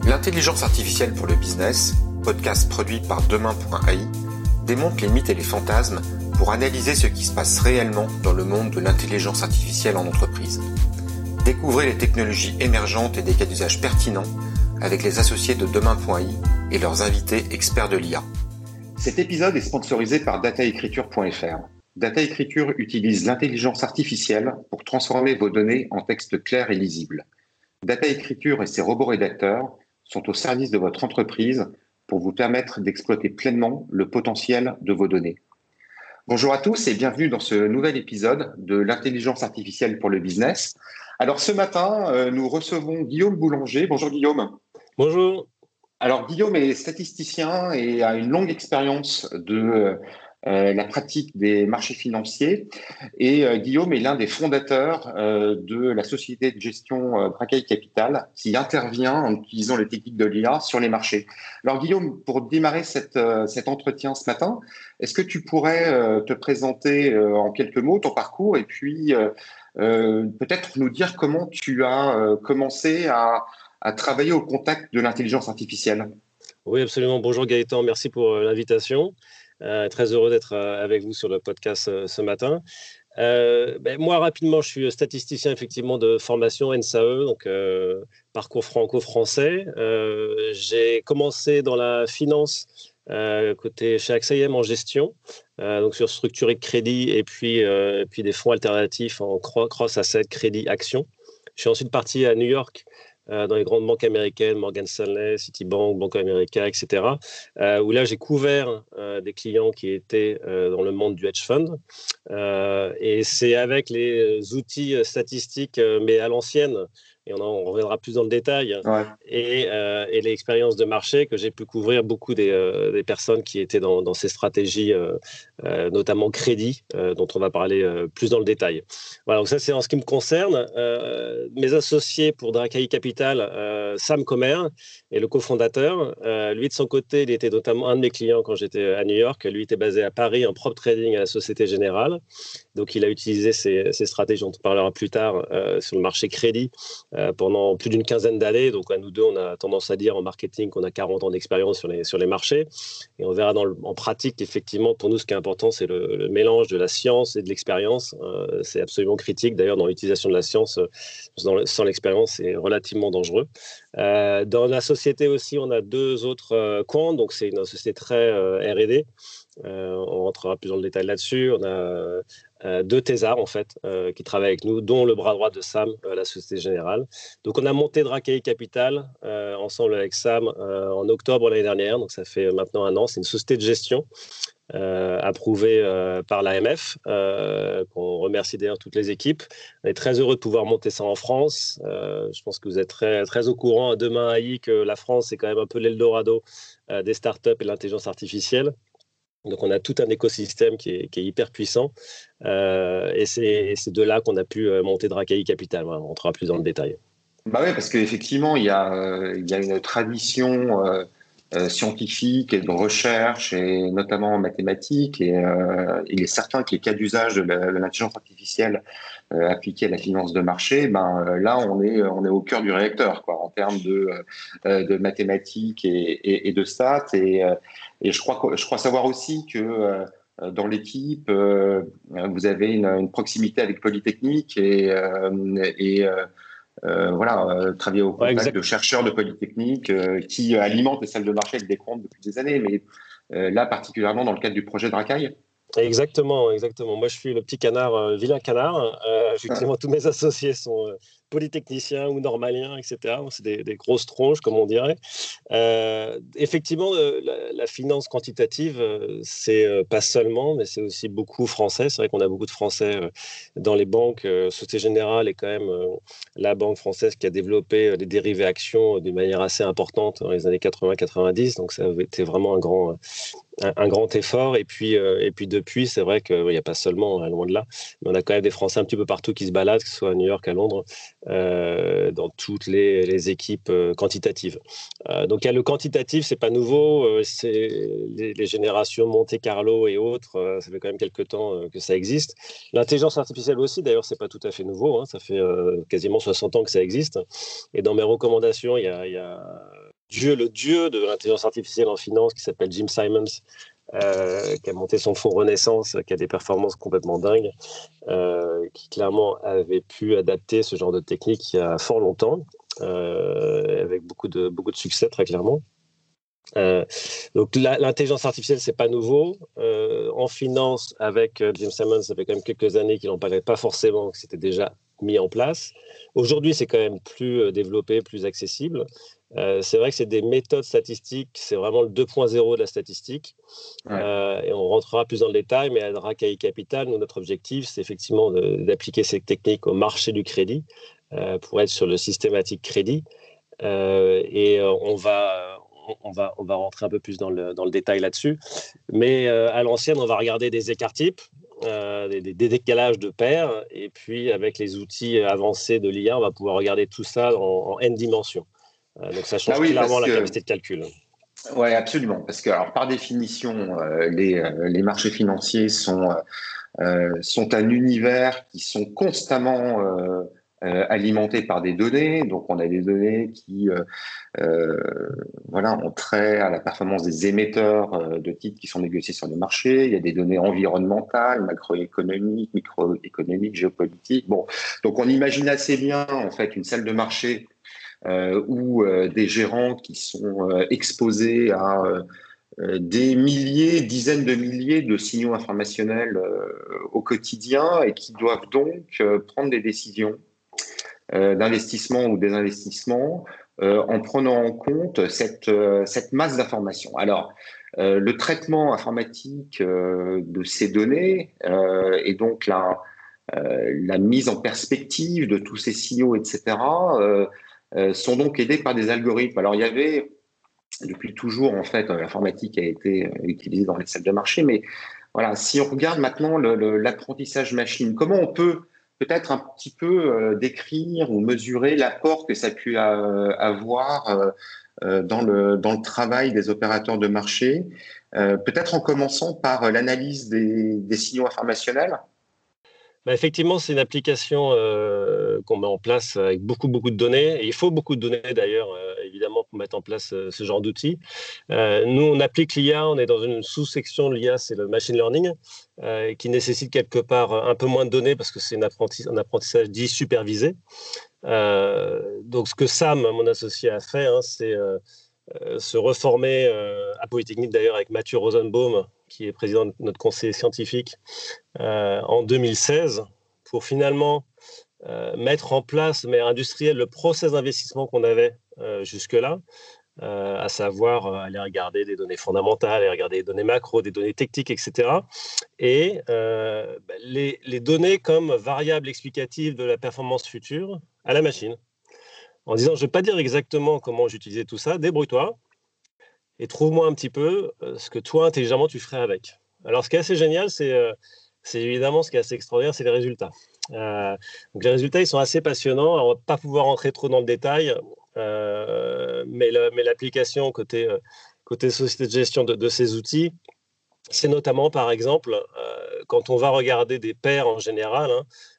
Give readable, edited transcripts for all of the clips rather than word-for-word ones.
L'intelligence artificielle pour le business, podcast produit par Demain.ai, démonte les mythes et les fantasmes pour analyser ce qui se passe réellement dans le monde de l'intelligence artificielle en entreprise. Découvrez les technologies émergentes et des cas d'usage pertinents avec les associés de Demain.ai et leurs invités experts de l'IA. Cet épisode est sponsorisé par dataécriture.fr. Dataécriture utilise l'intelligence artificielle pour transformer vos données en texte clair et lisible. Dataécriture et ses robots rédacteurs sont au service de votre entreprise pour vous permettre d'exploiter pleinement le potentiel de vos données. Bonjour à tous et bienvenue dans ce nouvel épisode de l'intelligence artificielle pour le business. Alors ce matin, nous recevons Guillaume Boulanger. Bonjour Guillaume. Bonjour. Alors Guillaume est statisticien et a une longue expérience de la pratique des marchés financiers. Et Guillaume est l'un des fondateurs de la société de gestion Dracaï Capital qui intervient en utilisant les techniques de l'IA sur les marchés. Alors Guillaume, pour démarrer cet entretien ce matin, est-ce que tu pourrais te présenter en quelques mots ton parcours et puis peut-être nous dire comment tu as commencé à travailler au contact de l'intelligence artificielle? Oui, absolument. Bonjour Gaëtan, merci pour l'invitation. Très heureux d'être avec vous sur le podcast ce matin. Moi, rapidement, je suis statisticien effectivement de formation NSAE, donc parcours franco-français. J'ai commencé dans la finance côté chez AXA IM en gestion, donc sur structuré de crédit et puis des fonds alternatifs en cross-asset, crédit, action. Je suis ensuite parti à New York dans les grandes banques américaines, Morgan Stanley, Citibank, Bank of America, etc., où là, j'ai couvert des clients qui étaient dans le monde du hedge fund. Et c'est avec les outils statistiques, mais à l'ancienne, et on reviendra plus dans le détail, ouais. et l'expérience de marché que j'ai pu couvrir beaucoup des personnes qui étaient dans ces stratégies, notamment crédit, dont on va parler plus dans le détail. Voilà, donc ça c'est en ce qui me concerne. Mes associés pour Dracaï Capital, Sam Comer est le cofondateur. Lui de son côté, il était notamment un de mes clients quand j'étais à New York. Lui était basé à Paris en prop trading à la Société Générale. Donc il a utilisé ces stratégies dont on parlera plus tard sur le marché crédit pendant plus d'une quinzaine d'années. Donc à nous deux, on a tendance à dire en marketing qu'on a 40 ans d'expérience sur les marchés. Et on verra en pratique, effectivement, pour nous, ce qui est important, c'est le mélange de la science et de l'expérience. C'est absolument critique. D'ailleurs, dans l'utilisation de la science, sans l'expérience, c'est relativement dangereux. Dans la société aussi, on a deux autres quants. Donc c'est une société très R&D. On rentrera plus dans le détail là-dessus. On a deux thésards en fait qui travaillent avec nous, dont le bras droit de Sam, la Société Générale. Donc on a monté Dracaï Capital ensemble avec Sam en octobre l'année dernière, donc ça fait maintenant un an. C'est une société de gestion approuvée par l'AMF, qu'on remercie d'ailleurs toutes les équipes. On est très heureux de pouvoir monter ça en France. Je pense que vous êtes très, très au courant à Demain.ai que la France est quand même un peu l'Eldorado des startups et de l'intelligence artificielle. Donc, on a tout un écosystème qui est hyper puissant et c'est de là qu'on a pu monter Dracaï Capital. Voilà, on rentrera plus dans le détail. Bah oui, parce qu'effectivement, il y a une tradition scientifique et de recherche, et notamment en mathématiques. Et il est certain que les cas d'usage de l'intelligence artificielle appliquée à la finance de marché, là, on est au cœur du réacteur, quoi, en termes de mathématiques et de stats. Et je crois savoir aussi que dans l'équipe, vous avez une proximité avec Polytechnique travailler au contact de chercheurs de Polytechnique qui alimentent les salles de marché avec des comptes depuis des années, mais là particulièrement dans le cadre du projet Dracaï. Exactement. Moi, je suis le petit canard, vilain canard. Effectivement, tous mes associés sont polytechniciens ou normaliens, etc. C'est des grosses tronches, comme on dirait. Effectivement, la finance quantitative, c'est pas seulement, mais c'est aussi beaucoup français. C'est vrai qu'on a beaucoup de Français dans les banques. Société Générale est quand même la banque française qui a développé les dérivés actions d'une manière assez importante dans les années 80-90. Donc, ça a été vraiment un grand effort. Et puis depuis, c'est vrai qu'il n'y a pas seulement, loin de là, mais on a quand même des Français un petit peu partout qui se baladent, que ce soit à New York, à Londres, dans toutes les équipes quantitatives. Donc le quantitatif, c'est pas nouveau. C'est les générations Monte Carlo et autres, ça fait quand même quelques temps que ça existe. L'intelligence artificielle aussi, d'ailleurs, c'est pas tout à fait nouveau. Ça fait quasiment 60 ans que ça existe. Et dans mes recommandations, il y a le dieu de l'intelligence artificielle en finance qui s'appelle Jim Simons, qui a monté son fonds Renaissance, qui a des performances complètement dingues, qui clairement avait pu adapter ce genre de technique il y a fort longtemps, avec beaucoup de succès, très clairement. Donc l'intelligence artificielle, c'est pas nouveau. En finance, avec Jim Simons, ça fait quand même quelques années qu'il n'en parlait pas forcément, que c'était déjà mis en place. Aujourd'hui, c'est quand même plus développé, plus accessible. C'est vrai que c'est des méthodes statistiques, c'est vraiment le 2.0 de la statistique. Ouais. Et on rentrera plus dans le détail, mais à Drakaï Capital, notre objectif, c'est effectivement d'appliquer ces techniques au marché du crédit pour être sur le systématique crédit. Et on va rentrer un peu plus dans le détail là-dessus. Mais à l'ancienne, on va regarder des écarts types, des décalages de paires, et puis avec les outils avancés de l'IA, on va pouvoir regarder tout ça en N dimensions. Donc ça change clairement la capacité de calcul. Oui, absolument. Parce que alors, par définition, les marchés financiers sont un univers qui sont constamment alimentés par des données. Donc, on a des données qui ont trait à la performance des émetteurs de titres qui sont négociés sur les marchés. Il y a des données environnementales, macroéconomiques, microéconomiques, géopolitiques. Bon, donc on imagine assez bien en fait une salle de marché où des gérants qui sont exposés à des milliers, dizaines de milliers de signaux informationnels au quotidien et qui doivent donc prendre des décisions d'investissement ou désinvestissement en prenant en compte cette masse d'informations. Alors, le traitement informatique de ces données et donc la mise en perspective de tous ces signaux, etc., sont donc aidés par des algorithmes. Alors, il y avait depuis toujours, en fait, l'informatique a été utilisée dans les salles de marché, mais voilà, si on regarde maintenant l'apprentissage machine, comment on peut peut-être un petit peu décrire ou mesurer l'apport que ça a pu avoir dans le travail des opérateurs de marché, peut-être en commençant par l'analyse des signaux informationnels? Effectivement, c'est une application qu'on met en place avec beaucoup de données. Et il faut beaucoup de données d'ailleurs, évidemment, pour mettre en place ce genre d'outils. Nous, on applique l'IA, on est dans une sous-section de l'IA, c'est le machine learning, qui nécessite quelque part un peu moins de données parce que c'est un apprentissage dit supervisé. Donc, ce que Sam, mon associé, a fait, c'est se reformer à Polytechnique d'ailleurs avec Mathieu Rosenbaum, qui est président de notre conseil scientifique, en 2016, pour finalement mettre en place de manière industrielle le process d'investissement qu'on avait jusque-là, à savoir aller regarder des données fondamentales, aller regarder des données macro, des données techniques, etc. Et les données comme variables explicatives de la performance future à la machine, en disant, je ne vais pas dire exactement comment j'utilisais tout ça, débrouille-toi, et trouve-moi un petit peu ce que toi, intelligemment, tu ferais avec. Alors, ce qui est assez génial, c'est évidemment ce qui est assez extraordinaire, c'est les résultats. Donc, les résultats, ils sont assez passionnants. Alors, on ne va pas pouvoir rentrer trop dans le détail, mais l'application côté société de gestion de ces outils, c'est notamment, par exemple, quand on va regarder des paires en général,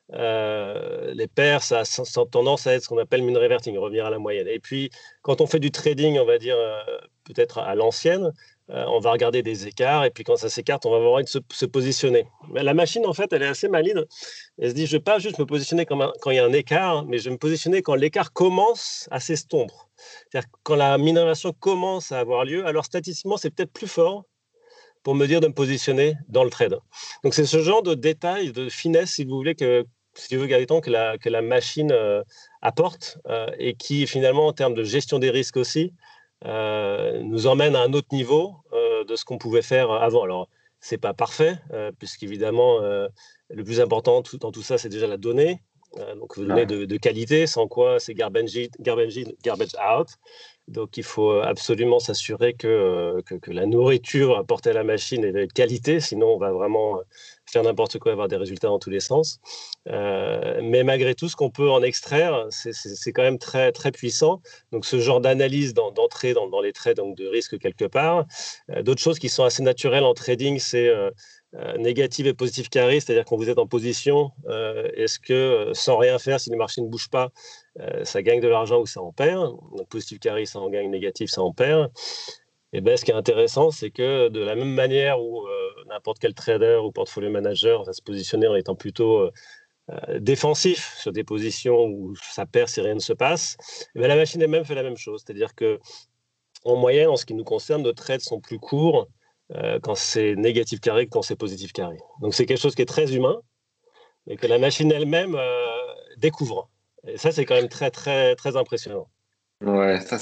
les paires, ça a tendance à être ce qu'on appelle mean reverting, revenir à la moyenne. Et puis, quand on fait du trading, on va dire peut-être à l'ancienne, on va regarder des écarts, et puis quand ça s'écarte, on va avoir envie de se positionner. Mais la machine, en fait, elle est assez maligne. Elle se dit, je ne vais pas juste me positionner quand il y a un écart, mais je vais me positionner quand l'écart commence à s'estompre. C'est-à-dire quand la minoration commence à avoir lieu, alors statistiquement, c'est peut-être plus fort pour me dire de me positionner dans le trade. Donc, c'est ce genre de détail, de finesse, si vous voulez, si tu veux, Gaëtan, que la machine apporte et qui, finalement, en termes de gestion des risques aussi, nous emmène à un autre niveau de ce qu'on pouvait faire avant. Alors, ce n'est pas parfait, puisqu'évidemment, le plus important dans tout ça, c'est déjà la donnée. Donc, une donnée de qualité, sans quoi c'est garbage out. Donc, il faut absolument s'assurer que la nourriture apportée à la machine est de qualité, sinon on va vraiment faire n'importe quoi, avoir des résultats dans tous les sens. Mais malgré tout, ce qu'on peut en extraire, c'est quand même très, très puissant. Donc, ce genre d'analyse d'entrée dans les trades, donc de risque quelque part. D'autres choses qui sont assez naturelles en trading, c'est négative et positive carry, c'est-à-dire quand vous êtes en position, est-ce que sans rien faire, si le marché ne bouge pas, ça gagne de l'argent ou ça en perd? Donc, positive carry, ça en gagne, négatif, ça en perd. Et ben, ce qui est intéressant, c'est que de la même manière où n'importe quel trader ou portfolio manager va se positionner en étant plutôt défensif sur des positions où ça perd si rien ne se passe, et ben, la machine elle-même fait la même chose. C'est-à-dire que en moyenne, en ce qui nous concerne, nos trades sont plus courts quand c'est négatif carré que quand c'est positif carré. Donc c'est quelque chose qui est très humain, mais que la machine elle-même découvre. Et ça, c'est quand même très, très, très impressionnant. Ouais, ça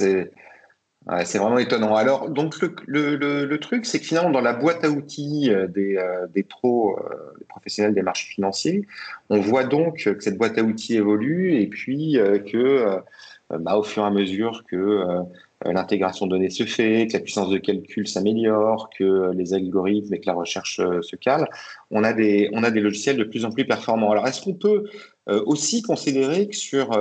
c'est vraiment étonnant. Alors, donc le truc, c'est que finalement, dans la boîte à outils des pros, des professionnels des marchés financiers, on voit donc que cette boîte à outils évolue et puis au fur et à mesure que l'intégration de données se fait, que la puissance de calcul s'améliore, que les algorithmes et que la recherche se cale, on a des logiciels de plus en plus performants. Alors, est-ce qu'on peut aussi considérer que sur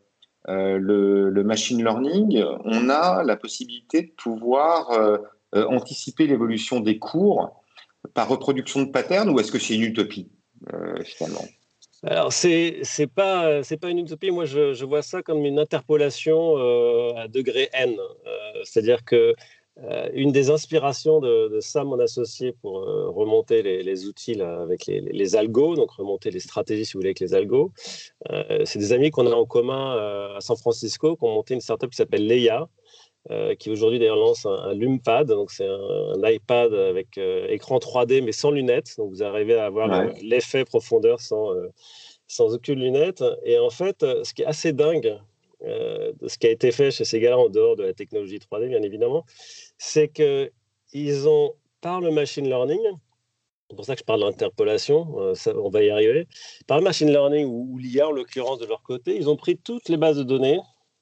le machine learning, on a la possibilité de pouvoir anticiper l'évolution des cours par reproduction de patterns, ou est-ce que c'est une utopie finalement? Alors, c'est pas une utopie. Moi, je vois ça comme une interpolation à degré n. C'est-à-dire que une des inspirations de Sam, mon associé, pour remonter les outils là, avec les algos, donc remonter les stratégies, si vous voulez, avec les algos, c'est des amis qu'on a en commun à San Francisco, qui ont monté une startup qui s'appelle Leia, qui aujourd'hui d'ailleurs lance un LumPad, donc c'est un iPad avec écran 3D mais sans lunettes, donc vous arrivez à avoir l'effet profondeur sans aucune lunette. Et en fait, ce qui est assez dingue de ce qui a été fait chez ces gars-là, en dehors de la technologie 3D bien évidemment, c'est qu'ils ont, par le machine learning, c'est pour ça que je parle d'interpolation, on va y arriver, par le machine learning ou l'IA en l'occurrence de leur côté, ils ont pris toutes les bases de données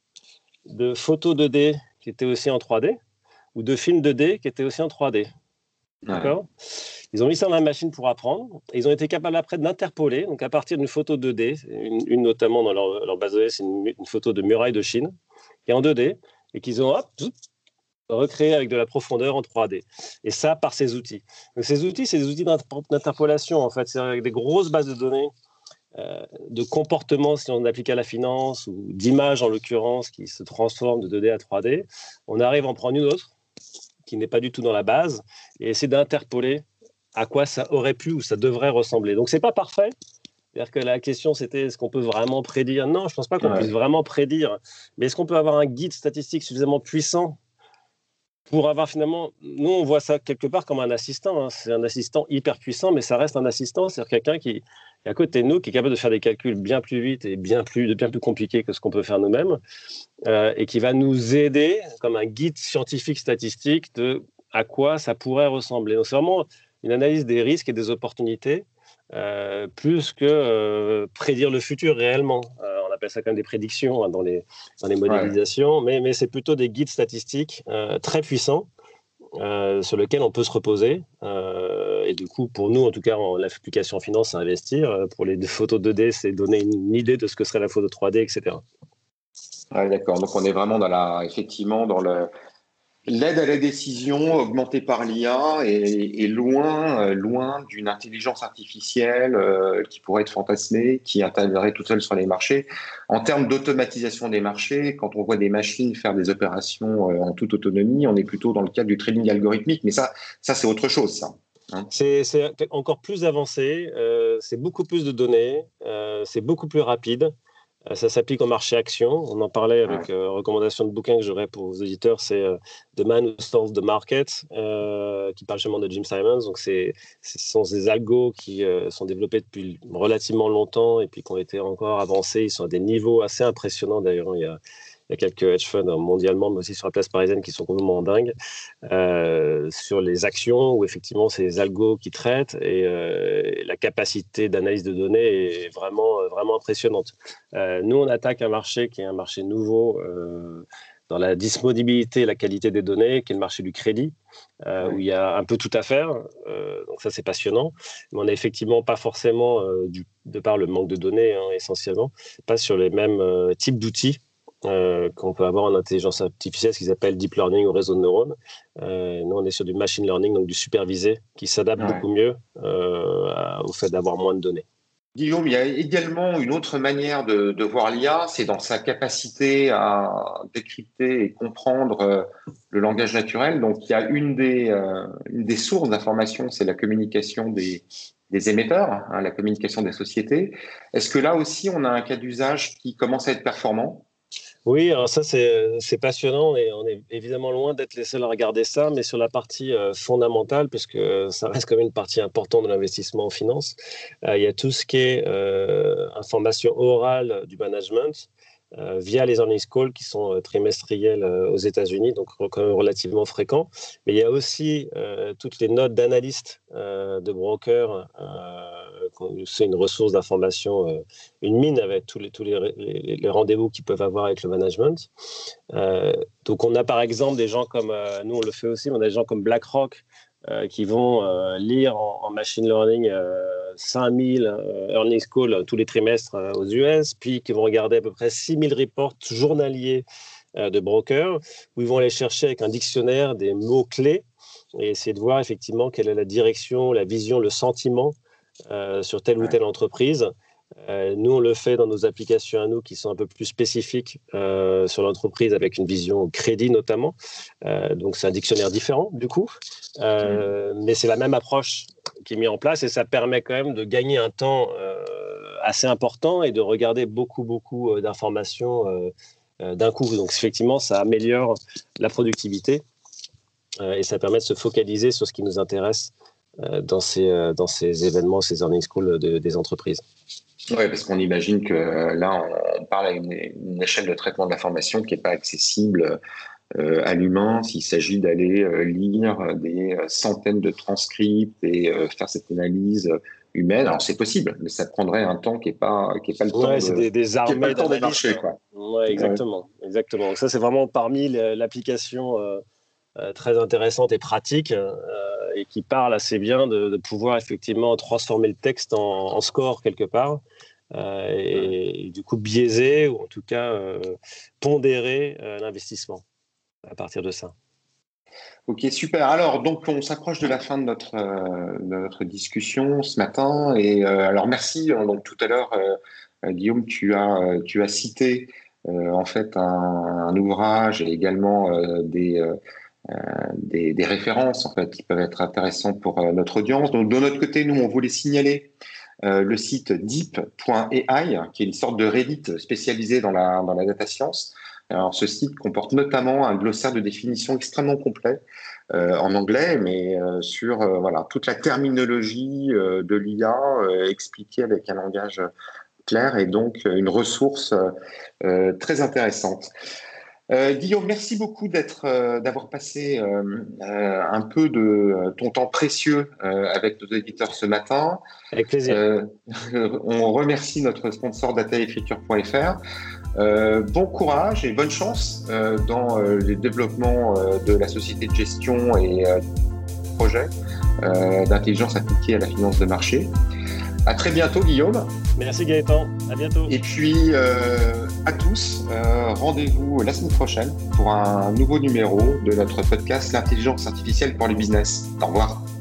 de photos 2D qui étaient aussi en 3D ou de films 2D qui étaient aussi en 3D. D'accord ? Ils ont mis ça dans la machine pour apprendre et ils ont été capables après d'interpoler, donc à partir d'une photo 2D, une notamment dans leur base de données, c'est une photo de muraille de Chine qui est en 2D et qu'ils ont recréé avec de la profondeur en 3D. Et ça par ces outils. Donc ces outils, c'est des outils d'interpolation en fait, c'est avec des grosses bases de données de comportement si on applique à la finance ou d'images en l'occurrence qui se transforment de 2D à 3D. On arrive à en prendre une autre qui n'est pas du tout dans la base et essayer d'interpoler à quoi ça aurait pu ou ça devrait ressembler. Donc, ce n'est pas parfait. C'est-à-dire que la question, c'était est-ce qu'on peut vraiment prédire ? Non, je ne pense pas qu'on puisse vraiment prédire. Mais est-ce qu'on peut avoir un guide statistique suffisamment puissant pour avoir finalement... Nous, on voit ça quelque part comme un assistant. Hein. C'est un assistant hyper puissant, mais ça reste un assistant. C'est-à-dire quelqu'un qui est à côté de nous, qui est capable de faire des calculs bien plus vite et bien plus compliqués que ce qu'on peut faire nous-mêmes, et qui va nous aider comme un guide scientifique statistique de à quoi ça pourrait ressembler. Donc, c'est vraiment une analyse des risques et des opportunités, plus que prédire le futur réellement. On appelle ça quand même des prédictions hein, dans les modélisations, mais c'est plutôt des guides statistiques très puissants sur lesquels on peut se reposer. Et du coup, pour nous, en tout cas, l'application finance, c'est investir. Pour les photos 2D, c'est donner une idée de ce que serait la photo 3D, etc. Ouais, d'accord. Donc, on est vraiment effectivement dans l'aide à la décision augmentée par l'IA et loin d'une intelligence artificielle qui pourrait être fantasmée, qui interviendrait toute seule sur les marchés. En termes d'automatisation des marchés, quand on voit des machines faire des opérations en toute autonomie, on est plutôt dans le cadre du trading algorithmique. Mais ça c'est autre chose, ça. Hein. C'est encore plus avancé, c'est beaucoup plus de données, c'est beaucoup plus rapide. Ça s'applique au marché action. On en parlait avec recommandation de bouquin que j'aurais pour vos auditeurs, c'est The Man Who Solved the Market, qui parle justement de Jim Simons. Donc, ce sont des algos qui sont développés depuis relativement longtemps et puis qui ont été encore avancés. Ils sont à des niveaux assez impressionnants d'ailleurs. Il y a quelques hedge funds mondialement, mais aussi sur la place parisienne, qui sont complètement dingues sur les actions où effectivement c'est les algos qui traitent et la capacité d'analyse de données est vraiment, vraiment impressionnante. Nous, on attaque un marché qui est un marché nouveau dans la disponibilité et la qualité des données, qui est le marché du crédit, où il y a un peu tout à faire. Donc ça, c'est passionnant. Mais on n'est effectivement pas forcément, de par le manque de données essentiellement, pas sur les mêmes types d'outils qu'on peut avoir en intelligence artificielle, ce qu'ils appellent deep learning ou réseau de neurones. Nous, on est sur du machine learning, donc du supervisé, qui s'adapte beaucoup mieux au fait d'avoir moins de données. Guillaume, il y a également une autre manière de voir l'IA, c'est dans sa capacité à décrypter et comprendre le langage naturel. Donc, il y a une des sources d'information, c'est la communication des émetteurs, la communication des sociétés. Est-ce que là aussi, on a un cas d'usage qui commence à être performant ? Oui, alors ça, c'est passionnant et on est évidemment loin d'être les seuls à regarder ça, mais sur la partie fondamentale, puisque ça reste quand même une partie importante de l'investissement en finance, il y a tout ce qui est information orale du management via les earnings calls qui sont trimestriels aux États-Unis, donc quand même relativement fréquents. Mais il y a aussi toutes les notes d'analystes, de brokers. C'est une ressource d'information, une mine avec tous les rendez-vous qu'ils peuvent avoir avec le management. Donc on a par exemple des gens comme, nous on le fait aussi, mais on a des gens comme BlackRock qui vont lire en machine learning 5000 earnings calls tous les trimestres aux US, puis qui vont regarder à peu près 6000 reports journaliers de brokers, où ils vont aller chercher avec un dictionnaire des mots-clés et essayer de voir effectivement quelle est la direction, la vision, le sentiment sur telle ou telle entreprise. Nous, on le fait dans nos applications à nous qui sont un peu plus spécifiques sur l'entreprise avec une vision crédit notamment. Donc, c'est un dictionnaire différent du coup. Mais c'est la même approche qui est mise en place et ça permet quand même de gagner un temps assez important et de regarder beaucoup d'informations d'un coup. Donc, effectivement, ça améliore la productivité et ça permet de se focaliser sur ce qui nous intéresse dans ces événements, ces earnings calls des entreprises. Oui, parce qu'on imagine que là, on parle à une échelle de traitement de l'information qui n'est pas accessible à l'humain s'il s'agit d'aller lire des centaines de transcripts et faire cette analyse humaine. Alors, c'est possible, mais ça prendrait un temps qui n'est pas le temps c'est des armées de marché, quoi. Ouais, exactement. Donc ça, c'est vraiment parmi l'application très intéressante et pratique et qui parle assez bien de pouvoir effectivement transformer le texte en score quelque part et du coup biaiser ou en tout cas pondérer l'investissement à partir de ça. Ok, super. Alors, donc, on s'approche de la fin de notre discussion ce matin. Et alors, merci. Donc, tout à l'heure, Guillaume, tu as cité en fait un ouvrage et également des références en fait qui peuvent être intéressantes pour notre audience. Donc, de notre côté, nous, on voulait signaler le site deep.ai, qui est une sorte de Reddit spécialisé dans la data science. Alors, ce site comporte notamment un glossaire de définition extrêmement complet en anglais, mais sur toute la terminologie de l'IA expliquée avec un langage clair et donc une ressource très intéressante. Guillaume, merci beaucoup d'avoir passé un peu de ton temps précieux avec nos éditeurs ce matin. Avec plaisir. On remercie notre sponsor dataécriture.fr. Bon courage et bonne chance dans les développements de la société de gestion et projets d'intelligence appliquée à la finance de marché. À très bientôt, Guillaume. Merci Gaëtan, à bientôt. Et puis à tous, rendez-vous la semaine prochaine pour un nouveau numéro de notre podcast L'intelligence artificielle pour le business. Au revoir.